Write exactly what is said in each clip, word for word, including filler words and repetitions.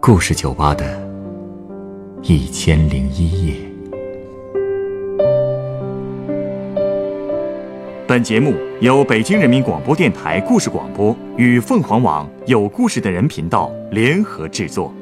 故事酒吧的一千零一夜。本节目由北京人民广播电台故事广播与凤凰网有故事的人频道联合制作。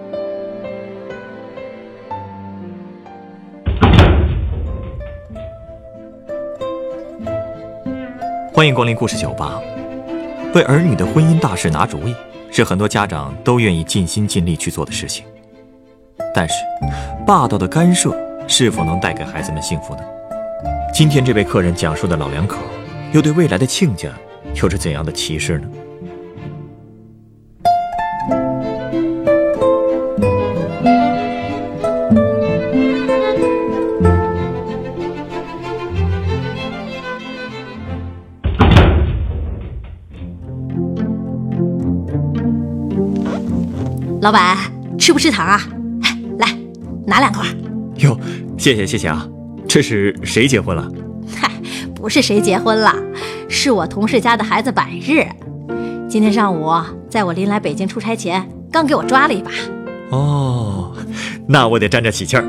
欢迎光临故事酒吧。为儿女的婚姻大事拿主意，是很多家长都愿意尽心尽力去做的事情。但是，霸道的干涉是否能带给孩子们幸福呢？今天这位客人讲述的老两口，又对未来的亲家有着怎样的启示呢？ 老板，吃不吃糖啊？哎，来，拿两块。 哟，谢谢谢谢啊！这是谁结婚了？ 嗨，不是谁结婚了，是我同事家的孩子百日。今天上午在我临来北京出差前，刚给我抓了一把。 哦，那我得沾着喜气儿。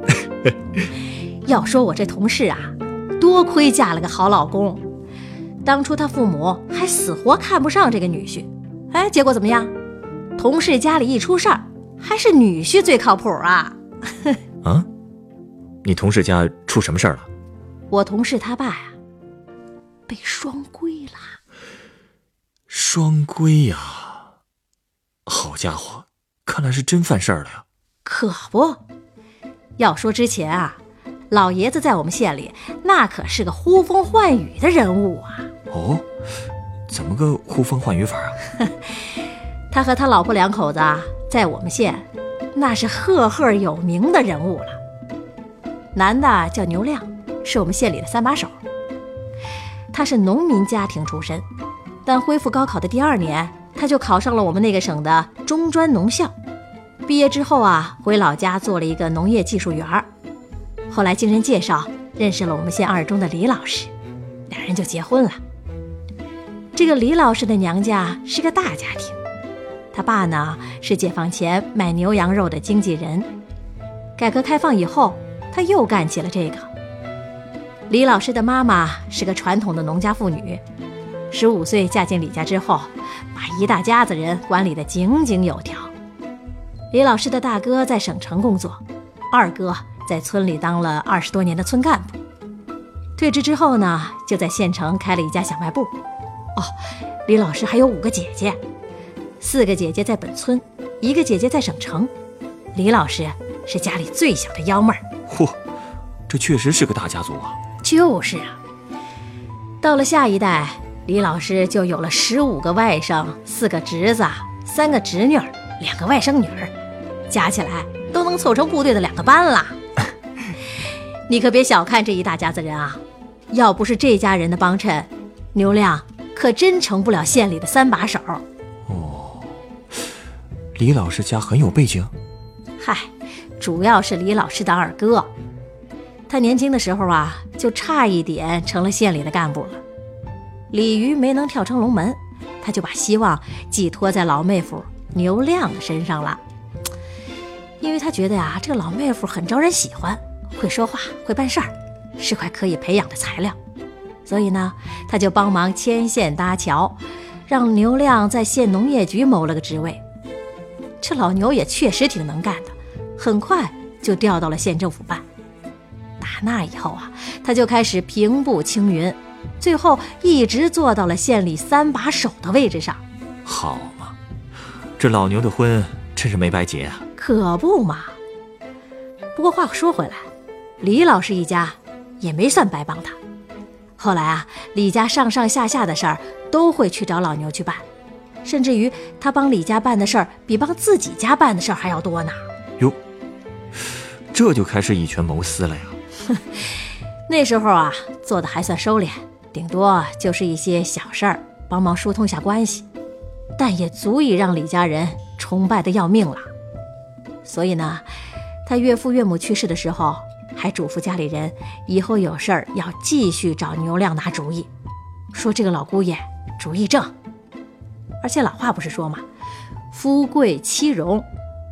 要说我这同事啊，多亏嫁了个好老公。当初他父母还死活看不上这个女婿，哎，结果怎么样？同事家里一出事儿，还是女婿最靠谱啊。 啊？你同事家出什么事儿了？ 我同事他爸呀、啊，被双规了。 双规呀、啊！好家伙，看来是真犯事儿了呀。 可不，要说之前啊，老爷子在我们县里那可是个呼风唤雨的人物啊。 哦，怎么个呼风唤雨法啊？ 他和他老婆两口子啊，在我们县那是赫赫有名的人物了。男的叫牛亮，是我们县里的三把手。他是农民家庭出身，但恢复高考的第二年，他就考上了我们那个省的中专农校。毕业之后啊，回老家做了一个农业技术员。后来经人介绍，认识了我们县二中的李老师，两人就结婚了。这个李老师的娘家是个大家庭。他爸呢是解放前卖牛羊肉的经纪人，改革开放以后他又干起了这个。李老师的妈妈是个传统的农家妇女，十五岁嫁进李家之后，把一大家子人管理得井井有条。李老师的大哥在省城工作，二哥在村里当了二十多年的村干部，退职之后呢，就在县城开了一家小卖部。哦，李老师还有五个姐姐，四个姐姐在本村，一个姐姐在省城。李老师是家里最小的幺妹儿。 嚯，这确实是个大家族啊。 就是啊。到了下一代，李老师就有了十五个外甥，四个侄子，三个侄女，两个外甥女儿，加起来都能凑成部队的两个班了。你可别小看这一大家子人啊，要不是这家人的帮衬，牛亮可真成不了县里的三把手。 哦，李老师家很有背景。 嗨，主要是李老师的二哥，他年轻的时候啊，就差一点成了县里的干部了。鲤鱼没能跳成龙门，他就把希望寄托在老妹夫牛亮的身上了。因为他觉得呀、啊，这个老妹夫很招人喜欢，会说话，会办事儿，是块可以培养的材料。所以呢，他就帮忙牵线搭桥，让牛亮在县农业局谋了个职位。这老牛也确实挺能干的，很快就调到了县政府办。打那以后啊，他就开始平步青云，最后一直做到了县里三把手的位置上。 好嘛，这老牛的婚真是没白结啊。 可不嘛。不过话说回来，李老师一家也没算白帮他。后来啊，李家上上下下的事儿都会去找老牛去办，甚至于他帮李家办的事儿比帮自己家办的事儿还要多呢。 哟，这就开始以权谋私了呀。 那时候啊，做的还算收敛，顶多就是一些小事儿，帮忙疏通下关系，但也足以让李家人崇拜的要命了。所以呢，他岳父岳母去世的时候，还嘱咐家里人以后有事儿要继续找牛亮拿主意，说这个老姑爷主意正。而且老话不是说嘛，夫贵妻荣，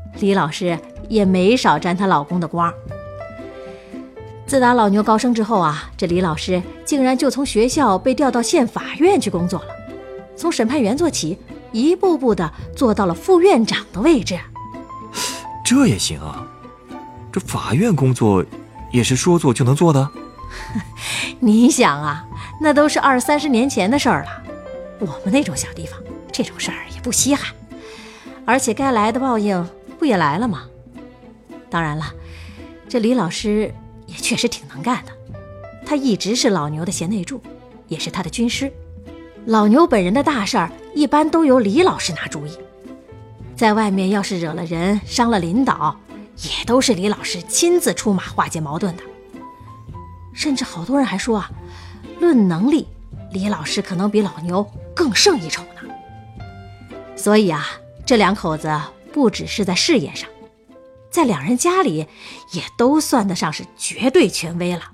李老师也没少沾她老公的光。自打老牛高升之后啊，这李老师竟然就从学校被调到县法院去工作了，从审判员做起，一步步的做到了副院长的位置。 这也行啊？这法院工作也是说做就能做的？ 你想啊，那都是二三十年前的事儿了，我们那种小地方，这种事儿也不稀罕，而且该来的报应不也来了吗？当然了，这李老师也确实挺能干的，他一直是老牛的贤内助，也是他的军师。老牛本人的大事儿一般都由李老师拿主意，在外面要是惹了人，伤了领导，也都是李老师亲自出马化解矛盾的。甚至好多人还说啊，论能力，李老师可能比老牛更胜一筹呢。所以啊，这两口子不只是在事业上，在两人家里也都算得上是绝对权威了。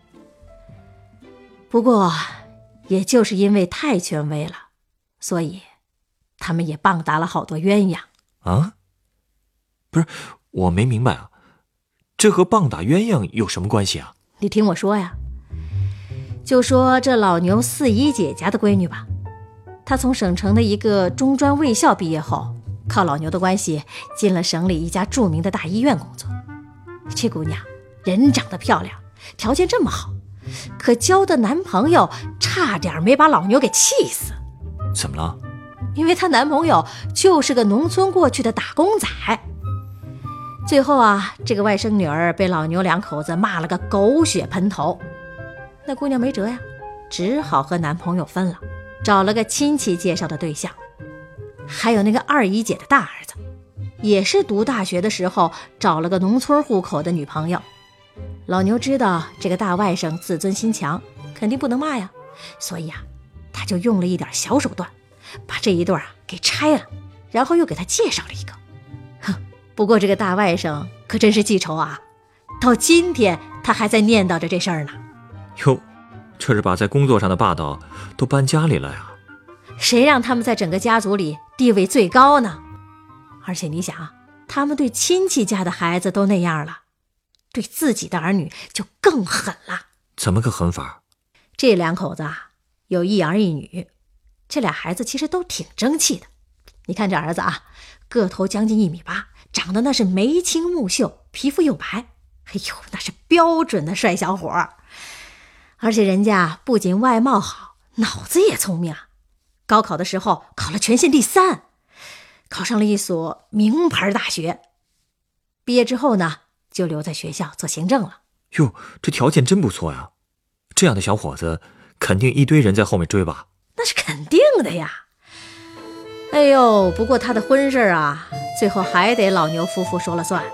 不过也就是因为太权威了，所以他们也棒打了好多鸳鸯啊。不是，我没明白啊，这和棒打鸳鸯有什么关系啊？ 你听我说呀，就说这老牛四姨姐家的闺女吧，她从省城的一个中专卫校毕业后，靠老牛的关系进了省里一家著名的大医院工作。这姑娘人长得漂亮，条件这么好，可交的男朋友差点没把老牛给气死。 怎么了？ 因为她男朋友就是个农村过去的打工仔。最后啊，这个外甥女儿被老牛两口子骂了个狗血喷头，那姑娘没辙呀，只好和男朋友分了，找了个亲戚介绍的对象。还有那个二姨姐的大儿子，也是读大学的时候找了个农村户口的女朋友。老牛知道这个大外甥自尊心强，肯定不能骂呀，所以啊，他就用了一点小手段，把这一对啊给拆了，然后又给他介绍了一个。哼，不过这个大外甥可真是记仇啊，到今天他还在念叨着这事儿呢。 哟，这是把在工作上的霸道都搬家里了呀？ 谁让他们在整个家族里地位最高呢？而且你想，他们对亲戚家的孩子都那样了，对自己的儿女就更狠了。 怎么个狠法？ 这两口子啊，有一儿一女，这俩孩子其实都挺争气的。你看这儿子啊，个头将近一米八，长得那是眉清目秀，皮肤又白，哎呦，那是标准的帅小伙儿。而且人家不仅外貌好，脑子也聪明啊。高考的时候考了全县第三，考上了一所名牌大学。毕业之后呢，就留在学校做行政了。 哟，这条件真不错呀！这样的小伙子，肯定一堆人在后面追吧？ 那是肯定的呀。哎呦，不过他的婚事啊，最后还得老牛夫妇说了算。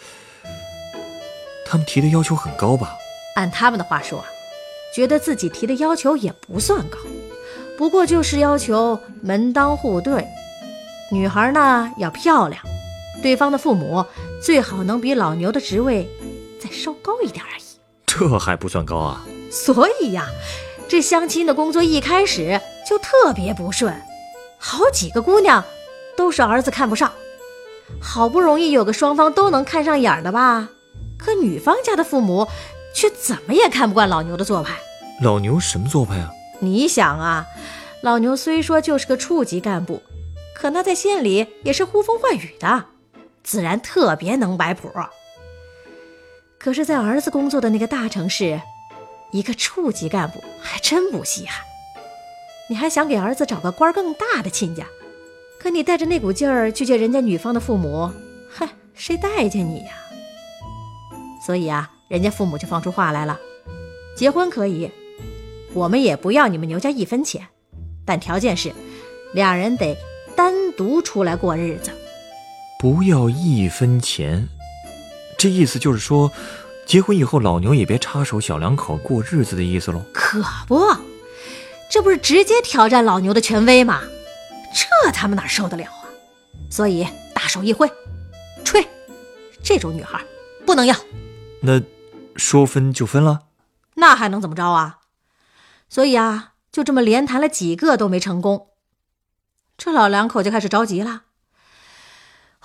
他们提的要求很高吧？ 按他们的话说，觉得自己提的要求也不算高，不过就是要求门当户对，女孩呢要漂亮，对方的父母最好能比老牛的职位再稍高一点而已。 这还不算高啊？ 所以呀，这相亲的工作一开始就特别不顺，好几个姑娘都是儿子看不上，好不容易有个双方都能看上眼的吧，可女方家的父母却怎么也看不惯老牛的做派。 老牛什么做派啊？ 你想啊，老牛虽说就是个处级干部，可那在县里也是呼风唤雨的，自然特别能摆谱。可是在儿子工作的那个大城市，一个处级干部还真不稀罕。你还想给儿子找个官更大的亲家，可你带着那股劲儿去见人家女方的父母，嗨，谁待见你呀？所以啊，人家父母就放出话来了，结婚可以，我们也不要你们牛家一分钱，但条件是俩人得单独出来过日子。 不要一分钱，这意思就是说，结婚以后老牛也别插手小两口过日子的意思喽？ 可不，这不是直接挑战老牛的权威吗？这他们哪受得了啊？所以大手一挥，吹，这种女孩不能要。 那说分就分了？ 那还能怎么着啊？所以啊，就这么连谈了几个都没成功，这老两口就开始着急了。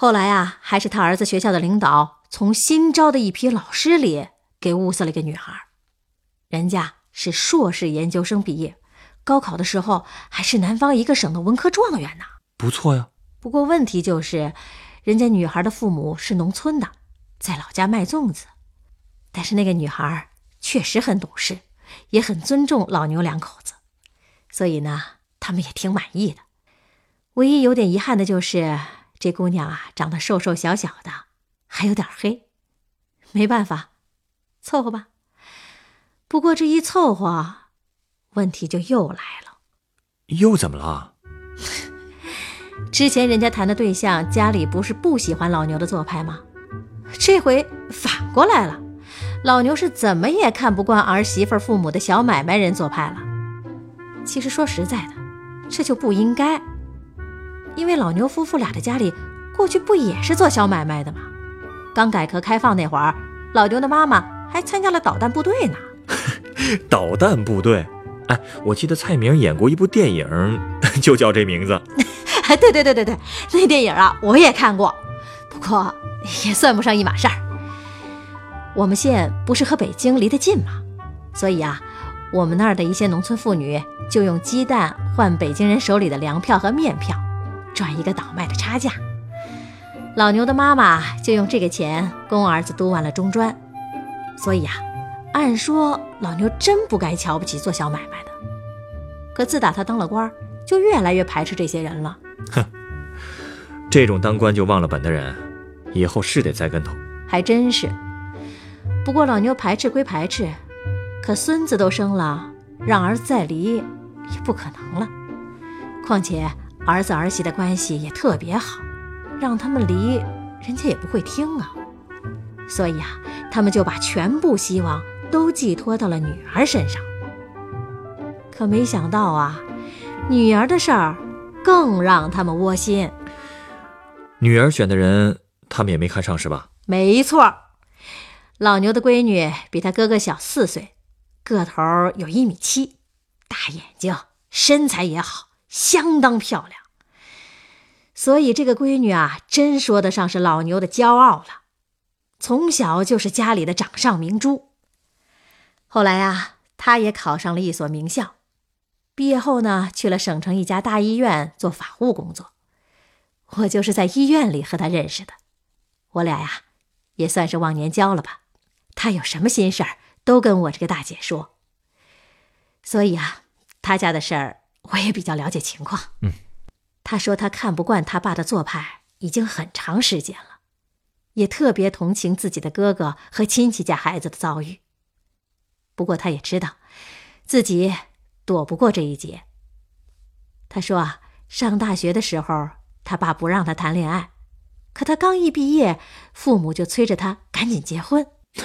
后来啊，还是他儿子学校的领导从新招的一批老师里给物色了一个女孩，人家是硕士研究生毕业，高考的时候还是南方一个省的文科状元呢。 不错呀。 不过问题就是，人家女孩的父母是农村的，在老家卖粽子。但是那个女孩确实很懂事，也很尊重老牛两口子，所以呢，他们也挺满意的。唯一有点遗憾的就是，这姑娘啊，长得瘦瘦小小的，还有点黑。没办法，凑合吧。不过这一凑合，问题就又来了。 又怎么了？ 之前人家谈的对象家里不是不喜欢老牛的做派吗？这回反过来了，老牛是怎么也看不惯儿媳妇父母的小买卖人做派了。其实说实在的，这就不应该，因为老牛夫妇俩的家里过去不也是做小买卖的吗？刚改革开放那会儿，老牛的妈妈还参加了导弹部队呢。 导弹部队？哎，我记得蔡明演过一部电影，就叫这名字。 对对对对对，那电影啊我也看过，不过也算不上一码事儿。我们县不是和北京离得近吗？所以啊，我们那儿的一些农村妇女就用鸡蛋换北京人手里的粮票和面票，赚一个倒卖的差价。老牛的妈妈就用这个钱供儿子读完了中专。所以啊，按说老牛真不该瞧不起做小买卖的。可自打他当了官，就越来越排斥这些人了。 哼，这种当官就忘了本的人，以后是得栽跟头。 还真是。不过老牛排斥归排斥，可孙子都生了，让儿子再离也不可能了。况且儿子儿媳的关系也特别好，让他们离，人家也不会听啊。所以啊，他们就把全部希望都寄托到了女儿身上。可没想到啊，女儿的事儿更让他们窝心。 女儿选的人，他们也没看上是吧？ 没错，老牛的闺女比他哥哥小四岁，个头有一米七，大眼睛，身材也好，相当漂亮。所以这个闺女啊，真说得上是老牛的骄傲了。从小就是家里的掌上明珠。后来啊，她也考上了一所名校。毕业后呢，去了省城一家大医院做法务工作。我就是在医院里和他认识的，我俩呀，也算是忘年交了吧。他有什么心事儿，都跟我这个大姐说。所以啊，他家的事儿我也比较了解情况。 嗯， 他说他看不惯他爸的做派已经很长时间了，也特别同情自己的哥哥和亲戚家孩子的遭遇。不过他也知道自己躲不过这一劫。他说啊，上大学的时候他爸不让他谈恋爱，可他刚一毕业，父母就催着他赶紧结婚。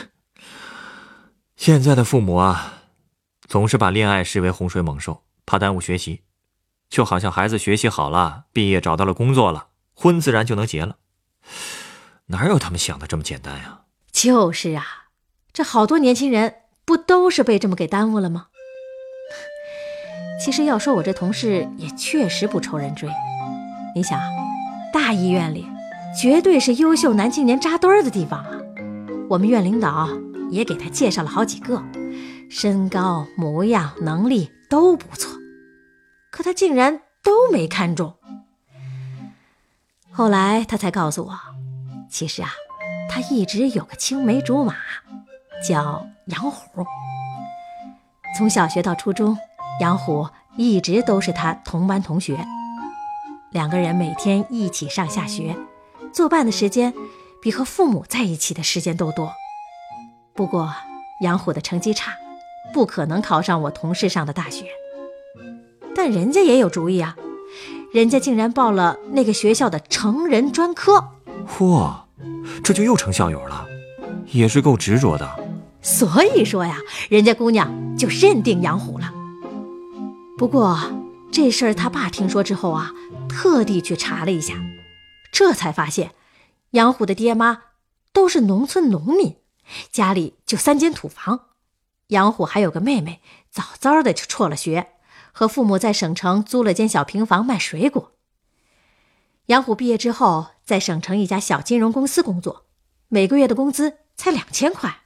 现在的父母啊，总是把恋爱视为洪水猛兽，怕耽误学习，就好像孩子学习好了，毕业找到了工作了，婚自然就能结了。哪有他们想的这么简单呀？ 就是啊，这好多年轻人不都是被这么给耽误了吗？其实要说我这同事也确实不愁人追。你想，大医院里绝对是优秀男青年扎堆儿的地方啊。我们院领导也给他介绍了好几个，身高、模样、能力都不错，可他竟然都没看中。后来他才告诉我，其实啊，他一直有个青梅竹马，叫杨虎。从小学到初中，杨虎一直都是他同班同学，两个人每天一起上下学，作伴的时间比和父母在一起的时间都多。不过杨虎的成绩差，不可能考上我同事上的大学，但人家也有主意啊，人家竟然报了那个学校的成人专科。 嚯，这就又成校友了，也是够执着的。 所以说呀，人家姑娘就认定杨虎了。不过这事儿他爸听说之后啊，特地去查了一下，这才发现杨虎的爹妈都是农村农民，家里就三间土房。杨虎还有个妹妹，早早的就辍了学，和父母在省城租了间小平房卖水果。杨虎毕业之后在省城一家小金融公司工作，每个月的工资才两千块。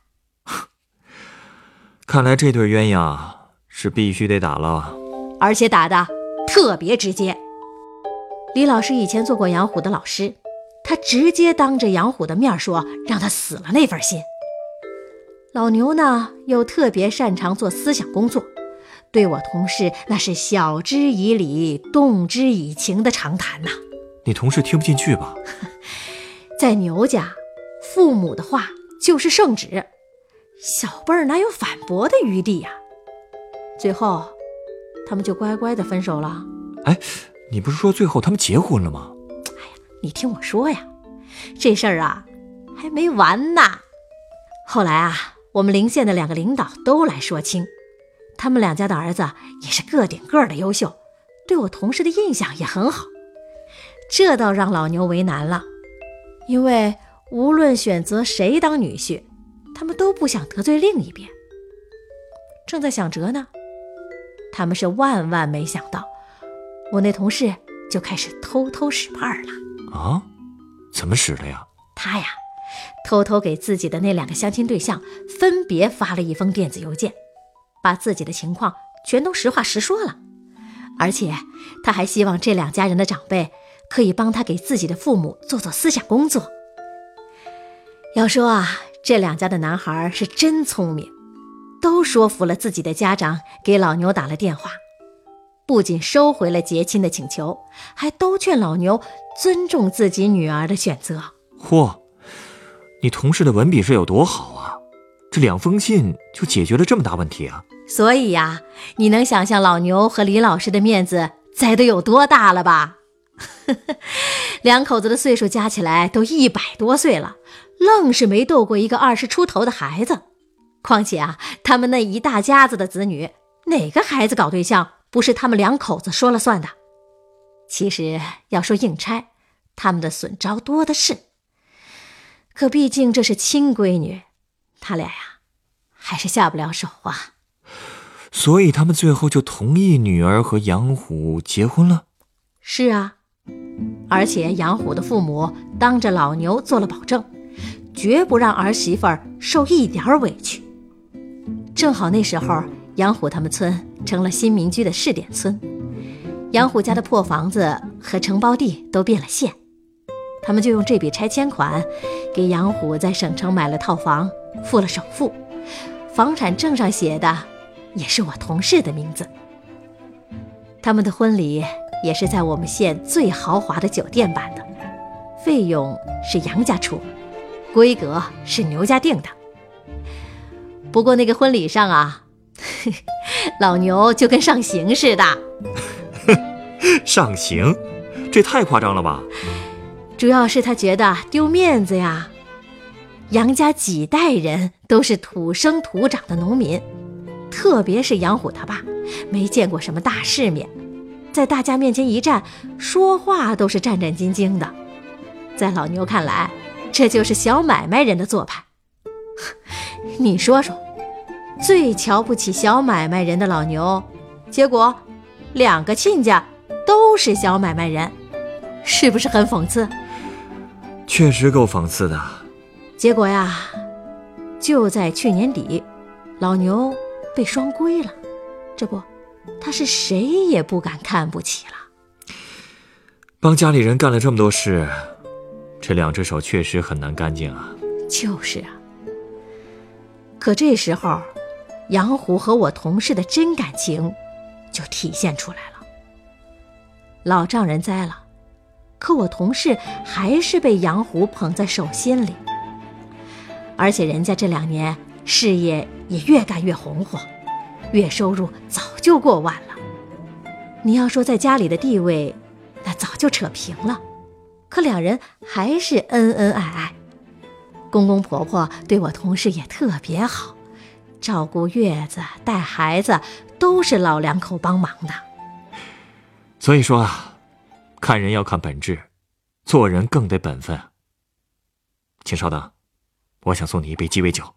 看来这对鸳鸯是必须得打了， 而且打的特别直接。李老师以前做过杨虎的老师，他直接当着杨虎的面说让他死了那份心。老牛呢，又特别擅长做思想工作，对我同事那是晓之以理，动之以情的长谈呐、啊。 你同事听不进去吧？ 在牛家，父母的话就是圣旨，小辈儿哪有反驳的余地呀、啊？最后他们就乖乖的分手了。 哎，你不是说最后他们结婚了吗？ 哎呀，你听我说呀，这事儿啊还没完呢。后来啊，我们邻县的两个领导都来说清，他们两家的儿子也是个顶个的优秀，对我同事的印象也很好。这倒让老牛为难了，因为无论选择谁当女婿，他们都不想得罪另一边。正在想辙呢，他们是万万没想到，我那同事就开始偷偷使绊了。 啊？怎么使的呀？ 他呀，偷偷给自己的那两个相亲对象分别发了一封电子邮件，把自己的情况全都实话实说了。而且他还希望这两家人的长辈可以帮他给自己的父母做做思想工作。要说啊，这两家的男孩是真聪明，都说服了自己的家长，给老牛打了电话，不仅收回了结亲的请求，还都劝老牛尊重自己女儿的选择。 嚯，你同事的文笔是有多好啊，这两封信就解决了这么大问题啊。 所以呀、啊，你能想象老牛和李老师的面子栽得有多大了吧？两口子的岁数加起来都一百多岁了，愣是没斗过一个二十出头的孩子。况且啊，他们那一大家子的子女，哪个孩子搞对象不是他们两口子说了算的？其实要说硬拆，他们的损招多的是。可毕竟这是亲闺女，他俩呀，还是下不了手啊。 所以他们最后就同意女儿和杨虎结婚了？ 是啊，而且杨虎的父母当着老牛做了保证，绝不让儿媳妇儿受一点委屈。正好那时候杨虎他们村成了新民居的试点村，杨虎家的破房子和承包地都变了现，他们就用这笔拆迁款给杨虎在省城买了套房，付了首付，房产证上写的也是我同事的名字。他们的婚礼也是在我们县最豪华的酒店办的，费用是杨家出，规格是牛家定的。不过那个婚礼上啊，老牛就跟上刑似的。 上刑？这太夸张了吧？ 主要是他觉得丢面子呀。杨家几代人都是土生土长的农民，特别是杨虎他爸，没见过什么大世面，在大家面前一站，说话都是战战兢兢的。在老牛看来，这就是小买卖人的做派。你说说，最瞧不起小买卖人的老牛，结果两个亲家都是小买卖人，是不是很讽刺？ 确实够讽刺的。 结果呀，就在去年底，老牛被双规了，这不，他是谁也不敢看不起了。 帮家里人干了这么多事，这两只手确实很难干净啊。 就是啊。可这时候，杨虎和我同事的真感情就体现出来了。老丈人栽了，可我同事还是被杨虎捧在手心里。而且人家这两年事业也越干越红火，月收入早就过万了。你要说在家里的地位，那早就扯平了，可两人还是恩恩爱爱。公公婆婆对我同事也特别好，照顾月子带孩子都是老两口帮忙的。 所以说啊，看人要看本质，做人更得本分。请稍等，我想送你一杯鸡尾酒。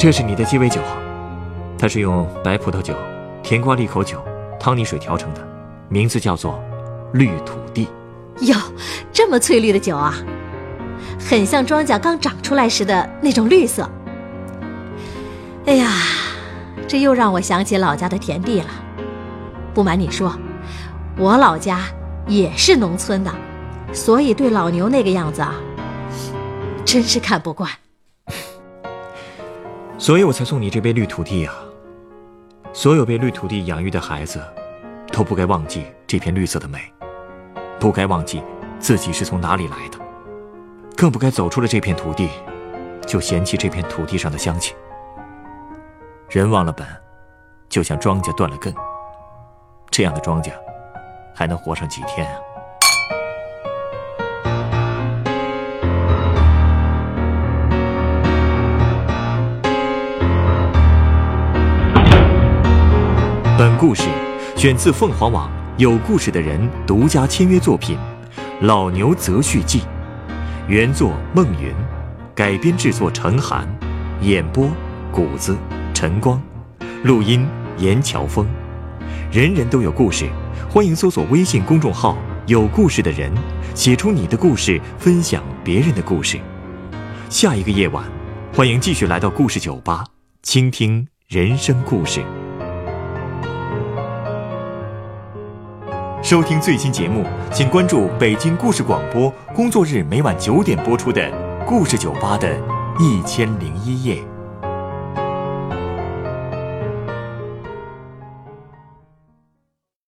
这是你的鸡尾酒，它是用白葡萄酒、甜瓜利口酒、汤泥水调成的，名字叫做绿土地。 哟，这么翠绿的酒啊，很像庄稼刚长出来时的那种绿色。哎呀，这又让我想起老家的田地了。不瞒你说，我老家也是农村的，所以对老牛那个样子啊，真是看不惯。 所以我才送你这杯绿土地啊！所有被绿土地养育的孩子，都不该忘记这片绿色的美，不该忘记自己是从哪里来的，更不该走出了这片土地，就嫌弃这片土地上的乡亲。人忘了本，就像庄稼断了根，这样的庄稼还能活上几天啊？本故事选自凤凰网有故事的人独家签约作品《老牛择婿记》，原作孟云，改编制作陈寒，演播谷子、陈光，录音严乔峰。人人都有故事，欢迎搜索微信公众号有故事的人，写出你的故事，分享别人的故事。下一个夜晚，欢迎继续来到故事酒吧，倾听人生故事。收听最新节目，请关注北京故事广播，工作日每晚九点播出的故事酒吧的一千零一夜。